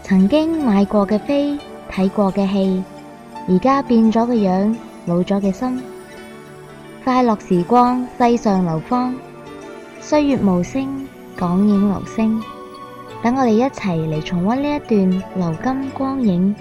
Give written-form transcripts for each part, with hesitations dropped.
曾經買過嘅飛，睇過嘅戲，而家變咗嘅樣，老咗嘅心。快樂時光，世上流芳，歲月無聲，港影流星。等我哋一齊嚟重溫呢一段流金光影。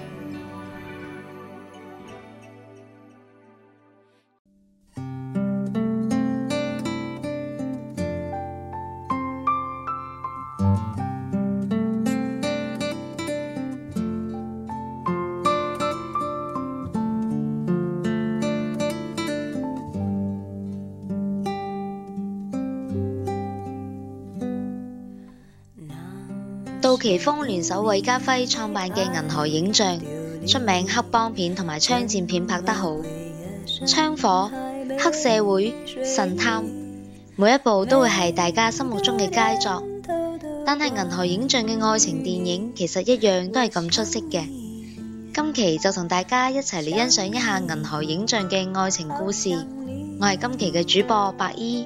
杜琪峰聯手韋家輝創辦嘅銀河影像，出名黑幫片同埋槍戰片拍得好，槍火、黑社會、神探，每一部都會係大家心目中嘅佳作。但係銀河影像嘅愛情電影其實一樣都係咁出色嘅。今期就同大家一齊嚟欣賞一下銀河影像嘅愛情故事。我係今期嘅主播白衣。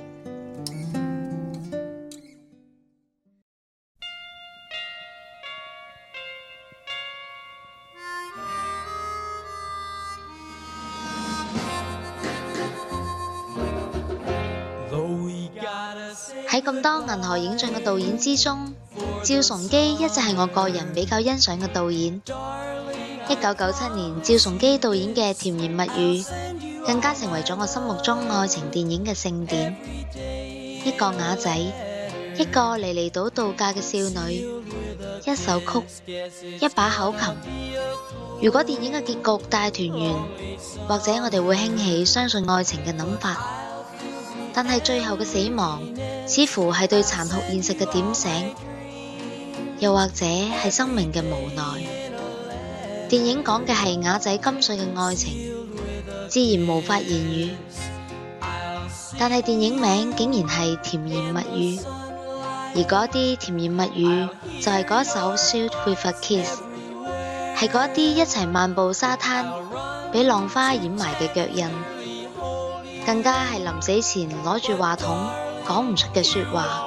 喺咁多銀河影像嘅導演之中，趙崇基一直係我個人比較欣賞嘅導演。1997年趙崇基導演嘅《甜言蜜語》更加成為咗我心目中愛情電影嘅聖典。一個啞仔，一個嚟離島度假嘅少女，一首曲，一把口琴。如果電影嘅結局大團圓，或者我哋會興起相信愛情嘅諗法。但係最後嘅死亡，似乎係對殘酷現實嘅點醒，又或者係生命嘅無奈。電影講嘅係啞仔金穗嘅愛情，自然無法言語。但係電影名竟然係甜言蜜語，而嗰啲甜言蜜語就係嗰首 Shoot with a Kiss， 係嗰啲一齊漫步沙灘，俾浪花掩埋嘅腳印。更加係臨死前攞住話筒講唔出嘅說話。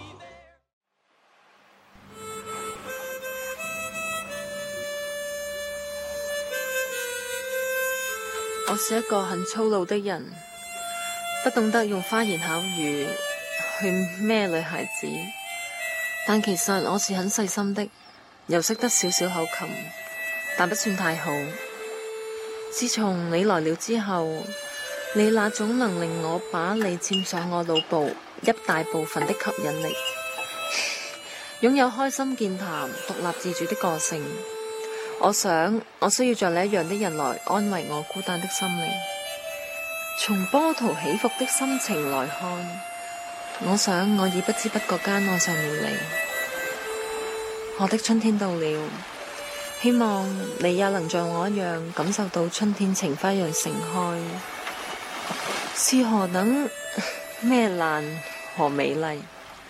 我是一個很粗魯的人，不懂得用花言巧語去孭女孩子，但其實我是很細心的，又識得少少口琴，但不算太好。自從你來了之後，你那種能令我把你佔上我腦部一大部分的吸引力，擁有開心健談、獨立自主的個性。我想我需要像你一樣的人來安慰我孤單的心靈。從波濤起伏的心情來看，我想我已不知不覺間愛上了你。我的春天到了，希望你也能像我一樣感受到春天情花一樣盛開。是何等咩爛和美麗。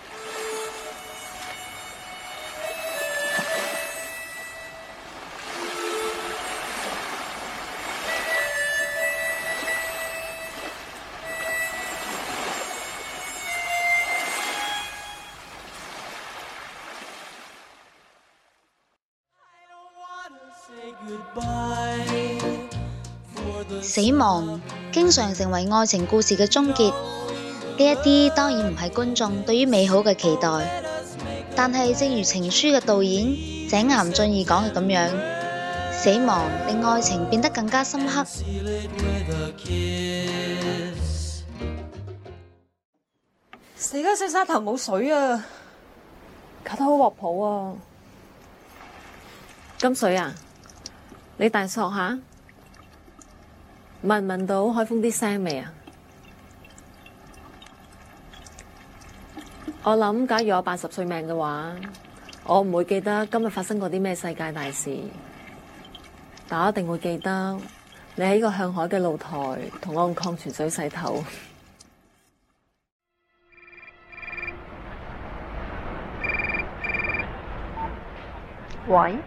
死亡經常成為愛情故事嘅終結，呢一啲當然唔係觀眾對於美好嘅期待，但係正如情書嘅導演井岩俊二講嘅咁樣，死亡令愛情變得更加深刻。 死啦！細沙頭冇水啊，搞得好鑊泡啊！金水啊，你大索下，聞唔聞到海風啲聲未啊？我諗假如我80歲命嘅話，我唔會記得今日發生過啲咩世界大事，但我一定會記得你喺個向海嘅露台同我用礦泉水洗頭。 喂？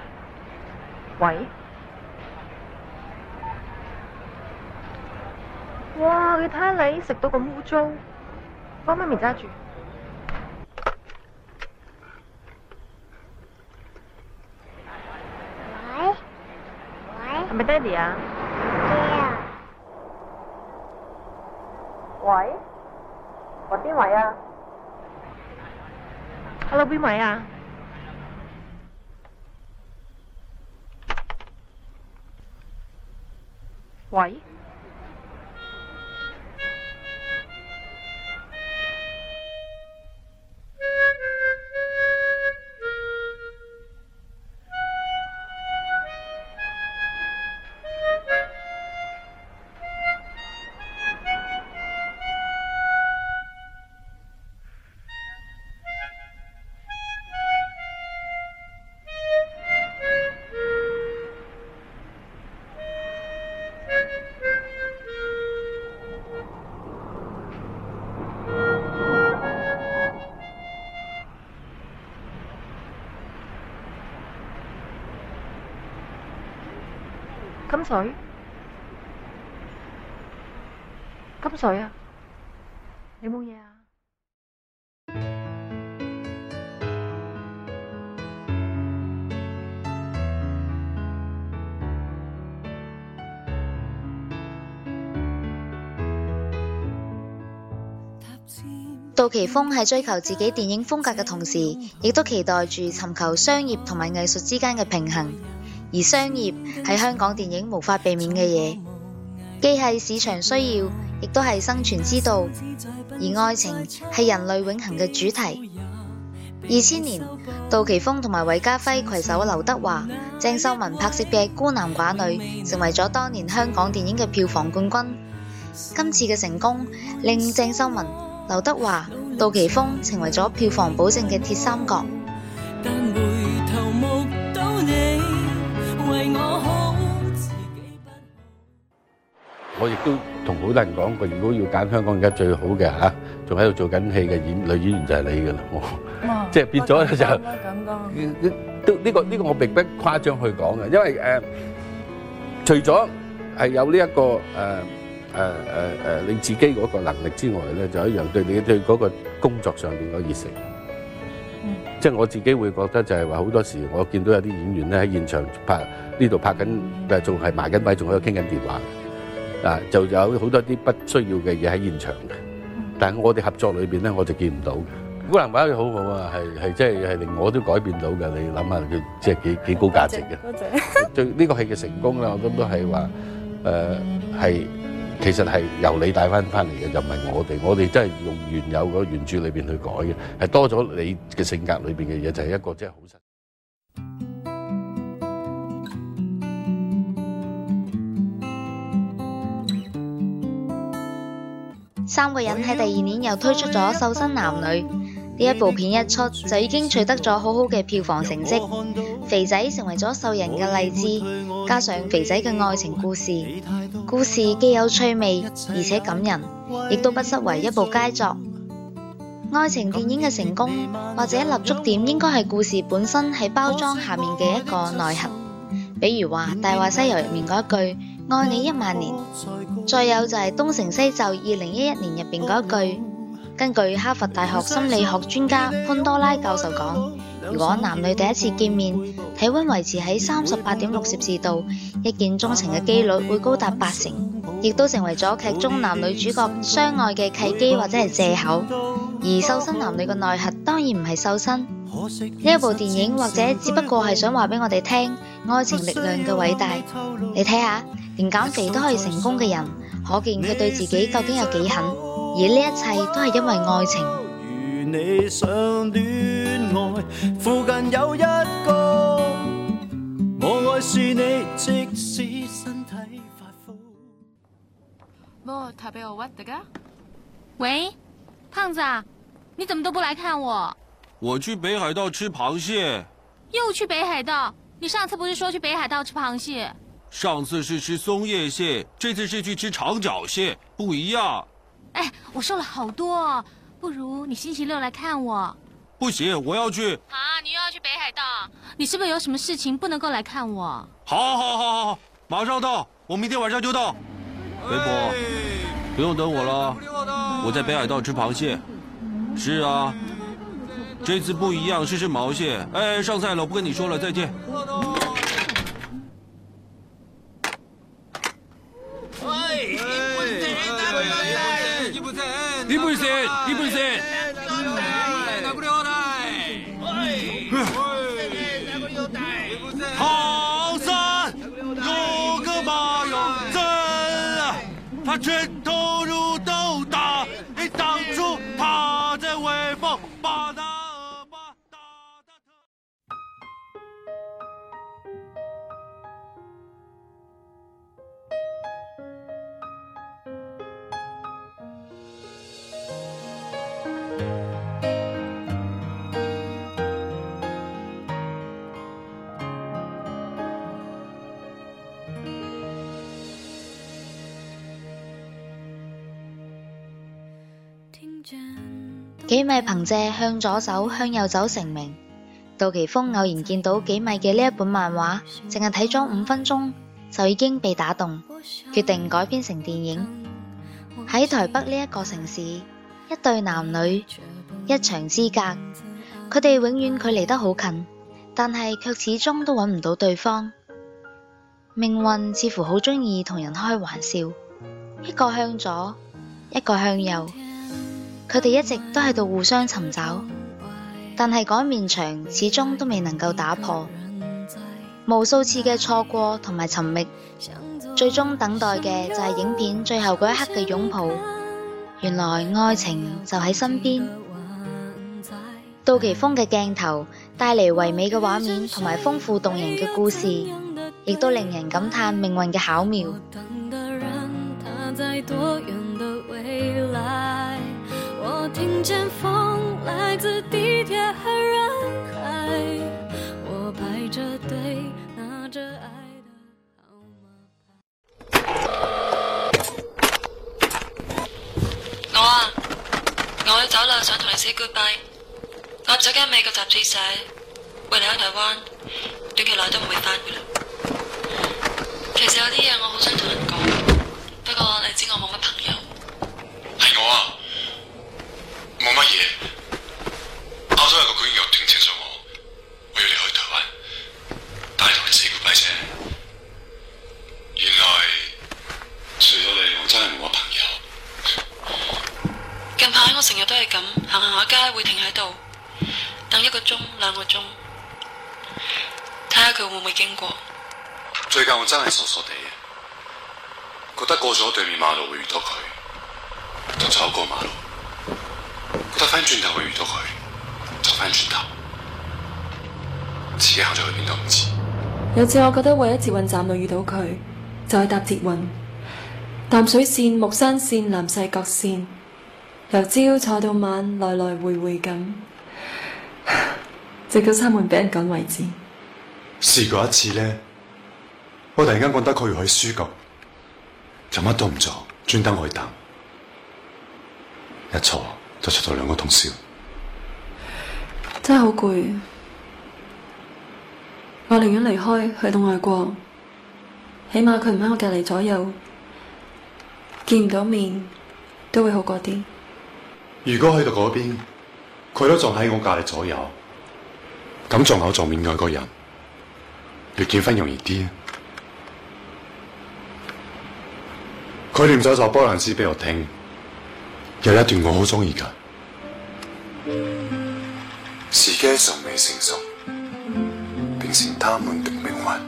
哇！你睇下你食到咁污糟，幫媽咪揸住。 咪爹哋啊？喂？喂，邊位啊？Hello， 邊位啊？喂？金水？金水啊？你冇嘢啊？ 杜琪峰喺追求自己電影風格嘅同時，亦都期待住尋求商業同埋藝術之間嘅平衡。而商業係香港電影無法避免嘅嘢，既係市場需要，亦都係生存之道。而愛情係人類永恆嘅主題。2000年，杜琪峰同埋韋家輝攜手劉德華、鄭秀文拍攝嘅《孤男寡女》，成為咗當年香港電影嘅票房冠軍。今次嘅成功，令鄭秀文、劉德華、杜琪峰成為咗票房保證嘅鐵三角。 我亦都同好多人講過，如果要揀香港而家最好嘅嚇，仲喺度做緊戲嘅女演員就係你㗎啦，即係變咗就呢個我並不誇張去講嘅，因為除咗係有呢一個你自己嗰個能力之外咧，就一樣對你對嗰個工作上邊嗰熱誠。即係我自己會覺得就係話好多時我見到有啲演員咧喺現場呢度拍緊，仲係埋緊位，仲喺度傾緊電話。就有好多啲不需要嘅嘢喺現場嘅，但係我哋合作裏邊咧，我就見唔到。孤男寡女好好啊，係即係令我都改變到嘅。你諗下佢即係幾高價值嘅。多謝。對呢個戲嘅成功咧，我諗都係話係其實係由你帶翻嚟嘅，就唔係我哋。我哋真係用原有個原著裏邊去改嘅，係多咗你嘅性格裏邊嘅嘢，就係一個即係好實。 三個人喺第二年又推出咗《瘦身男女》，呢一部片一出就已經取得咗好好嘅票房成績。肥仔成為咗瘦人嘅勵志，加上肥仔嘅愛情故事，故事既有趣味而且感人，亦都不失為一部佳作。愛情電影嘅成功或者立足點應該係故事本身喺包裝下面嘅一個內核，比如話《大話西遊》入面嗰一句愛你1萬年，再有就係東成西就2011年入邊嗰一句，根據哈佛大學心理學專家潘多拉教授講，如果男女第一次見面體溫維持喺38.6攝氏度，一見鍾情嘅機率會高達80%，亦都成為咗劇中男女主角相愛嘅契機或者係借口。而瘦身男女嘅內核當然唔係瘦身，呢一部電影或者只不過係想話俾我哋聽愛情力量嘅偉大。你睇下，連減肥都可以成功嘅人，可見佢對自己究竟有幾狠，而呢一切都係因為愛情。如你想戀愛，附近有一個，我愛是你，即使身體發膚。 喂，胖子啊，你怎麼都不來看我？ 我去北海道吃螃蟹。 又去北海道？你上次不是說去北海道吃螃蟹？ 上次是吃松葉蟹，這次是去吃長腳蟹，不一樣。 哎，我瘦了好多，不如你星期六來看我。 不行，我要去。 啊，你又要去北海道？你是不是有什麼事情不能夠來看我？ 好，馬上到，我明天晚上就到。肥婆，不用等我了，我在北海道吃螃蟹。是啊，這次不一樣，是吃毛蟹。哎，上菜了，不跟你說了，再見。 拳头如豆大，当初他在威风把那恶霸打得特。 幾米憑借向左走向右走成名。杜琪峰偶然見到幾米嘅呢一本漫畫，淨係睇咗5分鐘就已經被打動，決定改編成電影。喺台北呢一個城市，一對男女一牆之隔，佢哋永遠距離得好近，但係卻始終都揾唔到對方。命運似乎好鍾意同人開玩笑，一個向左，一個向右。佢哋一直都喺度互相尋找，但係嗰面牆始終都未能夠打破。無數次嘅錯過同埋尋覓，最終等待嘅就係影片最後嗰一刻嘅擁抱。原來愛情就喺身邊。杜琪峰嘅鏡頭帶嚟唯美嘅畫面同埋豐富動人嘅故事，亦都令人感嘆命運嘅巧妙。我聽見風來自地鐵和人海，我排着隊拿着愛的號碼牌。我要走啦，想同你 say goodbye。我入咗間美國雜誌社，會離開台灣，短期內都唔會返㗎啦。其實有啲嘢我好想同人講，不過你知我冇乜朋友。 係我啊。冇乜嘢，啱啱有個官友斷請咗我要離開台灣，但係同你 say goodbye啫。原來除咗你，我真係冇乜朋友。 近排我成日都係咁行下街，會停喺度等1個鐘、2個鐘，睇下佢會唔會經過。 最近我真係傻傻地嘅，覺得過咗對面馬路會遇到佢，就走過馬路。覺得翻轉頭會遇到佢，就翻轉頭，自己行咗去邊都唔知。 有次我覺得會喺捷運站度遇到佢，就去搭捷運，淡水線、木山線、南勢角線，由朝坐到晚，來來回回咁，直到閂門俾人趕為止。 試過一次呢，我突然間覺得佢要去書局，就乜都唔做，專登去等，一坐就坐到2個通宵， 真係好攰。我寧願離開，去到外國，起碼佢唔喺我隔離左右，見唔到面都會好過啲。 如果去到嗰邊，佢都仲喺我隔離左右，咁撞口撞面嘅一個人，要結婚容易啲。佢念咗首波蘭詩俾我聽。有一段我好鍾意㗎，時機尚未成熟，變成他們的命運，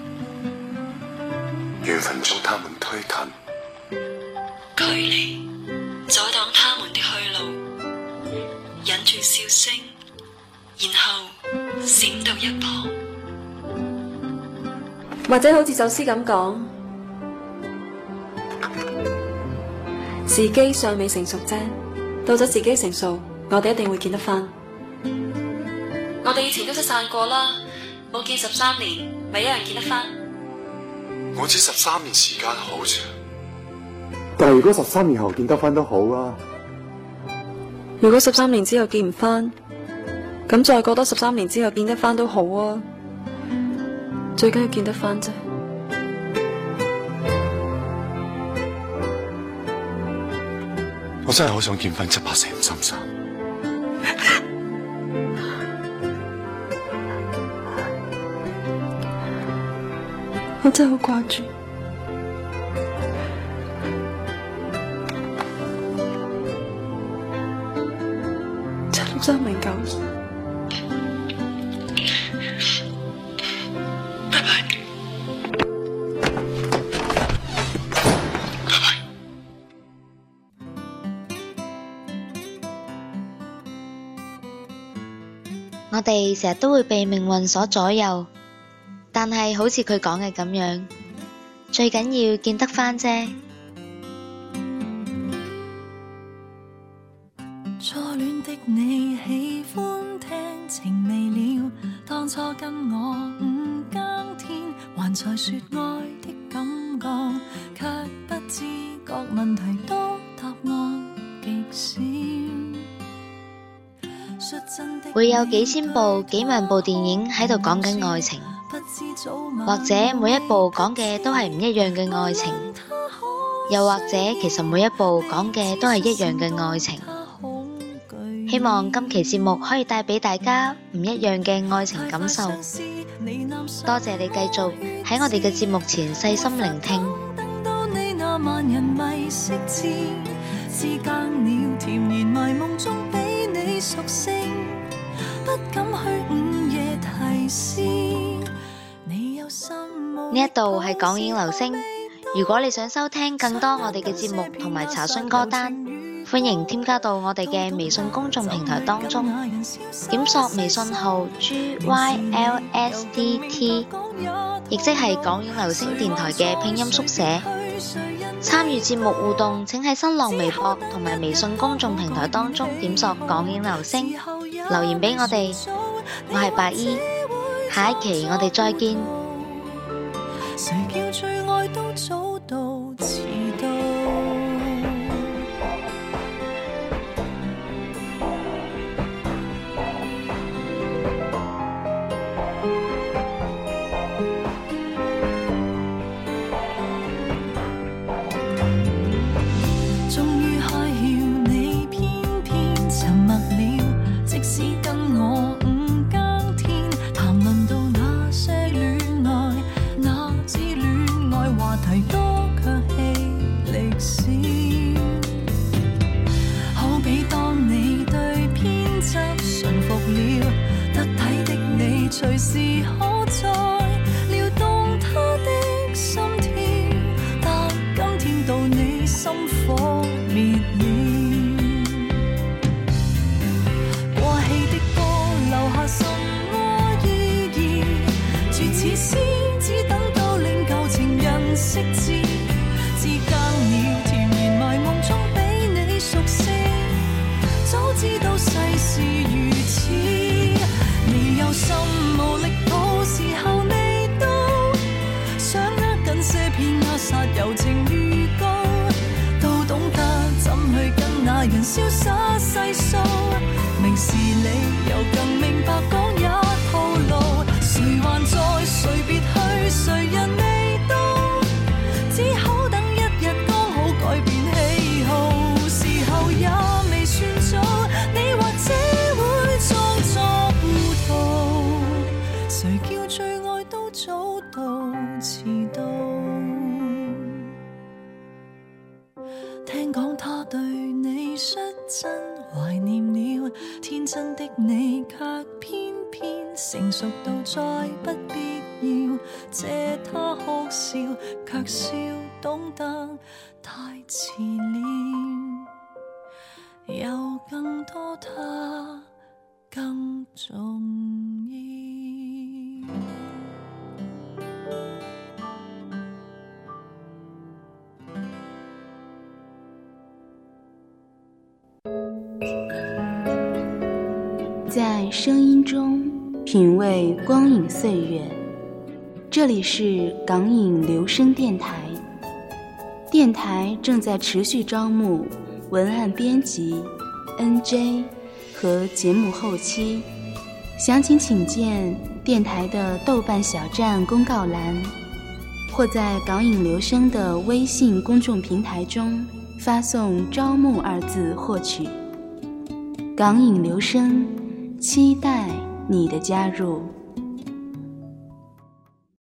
緣分將他們推近， 距離阻擋他們的去路，忍住笑聲，然後閃到一旁。或者好似首詩咁講，時機尚未成熟啫，到咗時機成熟，我哋一定會見得返。我哋以前都失散過啦，冇見13年，咪一樣見得返。 我知13年時間好長，但係如果13年後見得返都好啊。 如果13年之後見唔返，咁再過多13年之後見得返都好啊。最緊要見得返啫。 我真係好想見翻7、8成心心。 我真係好掛住。7639。 拜拜。拜拜。 我哋成日都會被命運所左右，但係好似佢講嘅咁樣，最緊要見得返啫。 初戀的你喜歡聽情未了，當初跟我五更天，還在說愛的感覺，卻不知覺問題多，答案極少。 會有幾千部幾萬部電影喺度講緊愛情，或者每一部講嘅都係唔一樣嘅愛情，又或者其實每一部講嘅都係一樣嘅愛情。希望今期節目可以帶俾大家唔一樣嘅愛情感受。多謝你繼續喺我哋嘅節目前細心聆聽。呢一度係港影流星，如果你想收聽更多我哋嘅節目同埋查詢歌單，歡迎添加到我哋嘅微信公眾平台當中，檢索微信號 GYLSTT， 亦即係港影流星電台嘅拼音縮寫。參與節目互動，請喺新浪微博同埋微信公眾平台當中檢索港影流星，留言俾我哋。我係白衣，下一期我哋再見。 誰叫最愛都早到遲到，終於開竅，你偏偏沉默了，即使跟我五更天談論到那些戀愛，那知戀愛話題多卻氣力少，好比當你對編輯馴服了，得體的你隨時可再撩動他的心跳，但今天到你心火滅了，過氣的歌留下什麼意義？絕似詩只等到令舊情人識字，知更了甜言埋夢中比你熟悉，早知道世事如此，你有心無力到時候未到，想握緊些片扼殺柔情預告，都懂得怎去跟那人瀟灑細數，明是你又更明白講也套路，誰還在誰別去誰人未到，只好等一日剛好改變喜好，時候也未算早，你或者會裝作糊塗，誰叫最愛都早到遲到，聽講他對你率真懷念了，天真的你卻偏偏成熟到再不必要借他哭笑，卻笑懂得太遲了，有更多他更重要。 在声音中品味光影岁月，这里是港影留声电台。电台正在持续招募文案编辑、NJ 和节目后期，详情请见电台的豆瓣小站公告栏，或在港影留声的微信公众平台中发送招募2字获取。港影留声，期待你的加入。